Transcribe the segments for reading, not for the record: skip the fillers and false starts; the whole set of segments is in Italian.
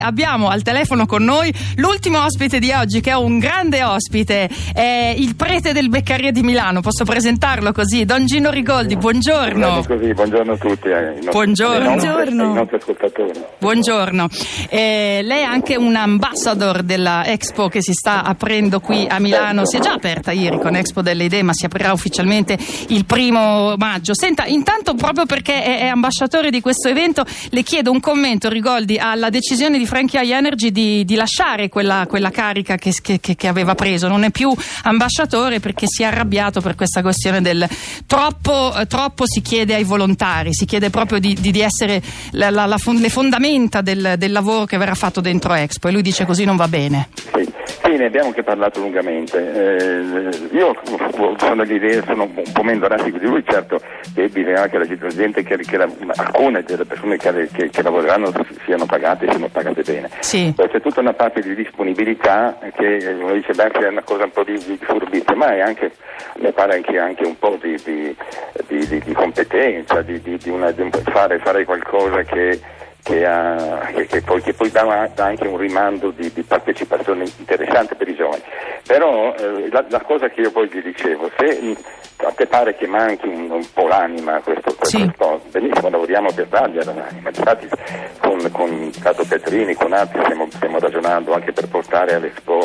Abbiamo al telefono con noi l'ultimo ospite di oggi, che è un grande ospite, è il prete del Beccaria di Milano. Posso presentarlo così? Don Gino Rigoldi, buongiorno. Così, buongiorno a tutti. Buongiorno. Ai nostri ascoltatori. Buongiorno. Lei è anche un ambassador della Expo che si sta aprendo qui a Milano. Si è già aperta ieri con Expo delle Idee, ma si aprirà ufficialmente il 1° maggio. Senta, intanto, proprio perché è ambasciatore di questo evento, le chiedo un commento, Rigoldi, alla decisione di Frankie High Energy di lasciare quella carica che aveva preso. Non è più ambasciatore perché si è arrabbiato per questa questione del troppo si chiede ai volontari, si chiede proprio di essere le fondamenta del lavoro che verrà fatto dentro Expo, e lui dice così non va bene. Sì, ne abbiamo anche parlato lungamente. Io sono dell'idea, sono un po' meno drastico di lui, certo che bisogna che la gente, alcune delle persone che lavoreranno siano pagate bene. Sì. C'è tutta una parte di disponibilità che uno dice è una cosa un po' di furbizia, ma è anche, mi pare anche un po' di competenza, di fare qualcosa che poi dà anche un rimando di partecipazione interessante per i giovani. Però la cosa che io poi vi dicevo, se a te pare che manchi un po' l'anima a questo sì. Benissimo, lavoriamo per dargli l'anima. Infatti con Cato Petrini, con altri stiamo ragionando anche per portare all'Expo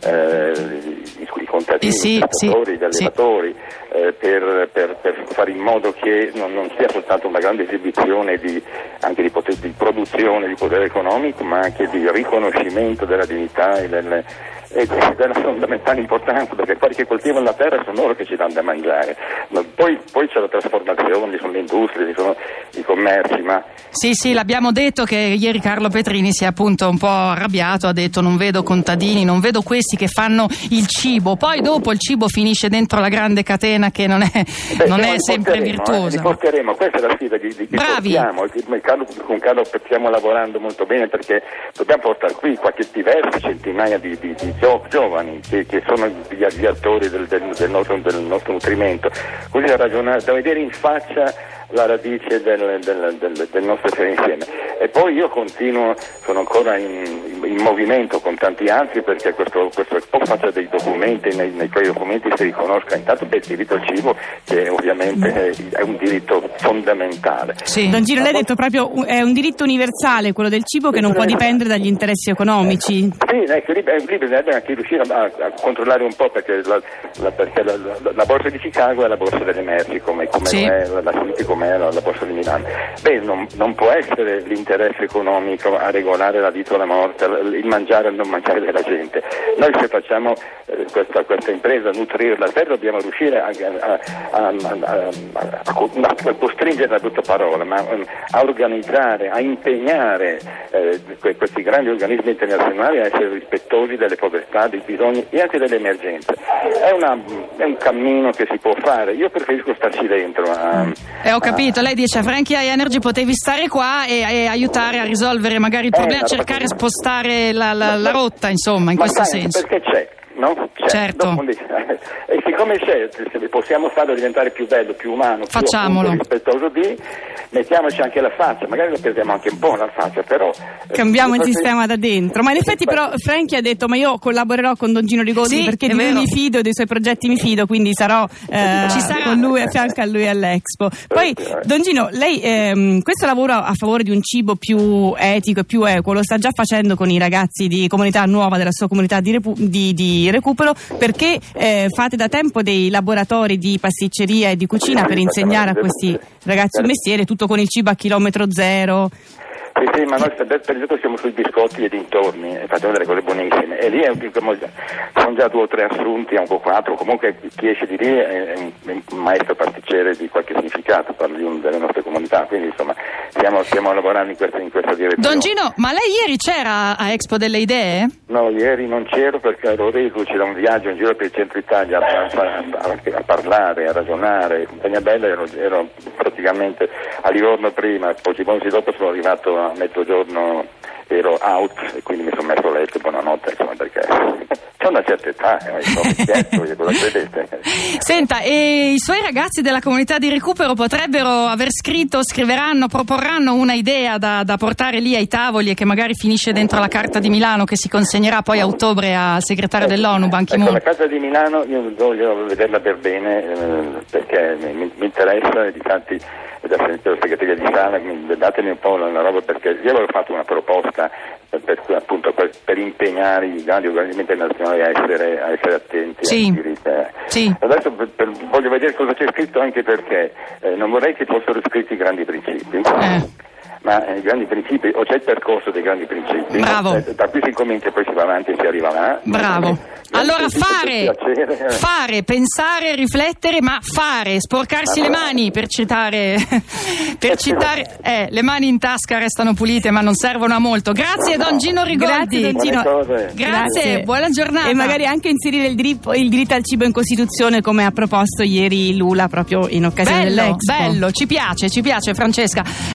i contadini, i pescatori, gli allevatori, per fare in modo che non sia soltanto una grande esibizione anche di produzione, di potere economico, ma anche di riconoscimento della dignità e della fondamentale importanza, perché quelli che coltivano la terra sono loro che ci danno da mangiare. Poi c'è la trasformazione, ci sono le industrie, ci sono i commerci, ma... Sì, l'abbiamo detto che ieri Carlo Petrini si è appunto un po' arrabbiato, ha detto non vedo contadini, non vedo questi che fanno il cibo, poi dopo il cibo finisce dentro la grande catena che non è sempre virtuosa. Li porteremo, questa è la sfida che portiamo, con Carlo stiamo lavorando molto bene, perché dobbiamo portare qui diverse centinaia di giovani che sono gli attori del nostro nutrimento, così da vedere in faccia la radice del nostro essere insieme. E poi io sono ancora in movimento con tanti altri, perché questo Expo faccia dei documenti, nei quei documenti si riconosca intanto il diritto al cibo, che ovviamente è un diritto fondamentale. Sì. Don Gino, lei ha detto proprio è un diritto universale quello del cibo, che non può dipendere dagli interessi economici. Sì, lì bisogna anche riuscire a controllare un po', perché la borsa di Chicago è la borsa delle merci, come sì. È la City, come è la borsa di Milano. Non può essere l'interesse economico a regolare la vita o la morte, il mangiare o non mangiare della gente. Noi, se facciamo questa impresa, nutrire la terra, dobbiamo riuscire a costringere la brutta parola, ma a organizzare, a impegnare questi grandi organismi internazionali a essere rispettosi delle povertà, dei bisogni e anche delle emergenze. È un cammino che si può fare. Io preferisco starci dentro. Ho capito, lei dice a Frankie High Energy potevi stare qua e aiutare a risolvere magari il problema, a cercare di spostare la rotta, insomma, in questo senso. Perché c'è. No? Certo. E siccome c'è, se possiamo farlo diventare più bello, più umano, facciamolo. Più rispettoso mettiamoci anche la faccia, magari lo perdiamo anche un po' la faccia, però cambiamo il sistema da dentro. Ma in effetti però Frankie ha detto: ma io collaborerò con Don Gino Rigoldi, perché di lui mi fido, dei suoi progetti mi fido, quindi sarò con lui, a fianco a lui all'Expo. Poi Don Gino, lei questo lavoro a favore di un cibo più etico e più equo lo sta già facendo con i ragazzi di Comunità Nuova, della sua comunità di recupero, perché fate da tempo dei laboratori di pasticceria e di cucina per insegnare a questi ragazzi il mestiere, tutto con il cibo a chilometro zero. Sì, ma noi per esempio siamo sui biscotti e dintorni e facciamo delle cose buonissime, e lì sono già 2 o 3 assunti, anche 4, comunque chi esce di lì è un maestro pasticcere di qualche significato, parli delle nostre comunità, quindi insomma stiamo lavorando in questa direzione. Don Gino, ma lei ieri c'era a Expo delle Idee? No, ieri non c'ero, perché ero reduce da un viaggio in giro per il centro Italia a parlare, a ragionare. In Pegnabella ero praticamente a Livorno prima, poi 5 minuti dopo sono arrivato a mezzogiorno ero out e quindi mi sono messo a letto, buonanotte, insomma, perché c'è una certa età, cosa credete? Senta, e i suoi ragazzi della comunità di recupero potrebbero aver scritto, scriveranno, proporranno una idea da portare lì ai tavoli e che magari finisce dentro la Carta di Milano che si consegnerà poi a ottobre al segretario dell'ONU Ban Ki-moon? La Carta di Milano io voglio vederla per bene, perché mi interessa, e difatti da segreteria di Sala datemi un po' una roba, perché io avevo fatto una proposta per impegnare i grandi organismi internazionali a essere attenti ai diritti. Sì. Adesso voglio vedere cosa c'è scritto, anche perché non vorrei che fossero scritti i grandi principi. Ma i grandi principi, o c'è il percorso dei grandi principi. Bravo. Da qui si comincia, poi si va avanti e si arriva là. Bravo. Allora fare, pensare, riflettere, ma fare, sporcarsi le mani, per citare le mani in tasca restano pulite ma non servono a molto. Grazie Don Gino Rigoldi. Grazie Don Gino. Grazie, buona giornata. E magari anche inserire il diritto al cibo in Costituzione, come ha proposto ieri Lula proprio in occasione dell'Expo. Bello, ci piace Francesca.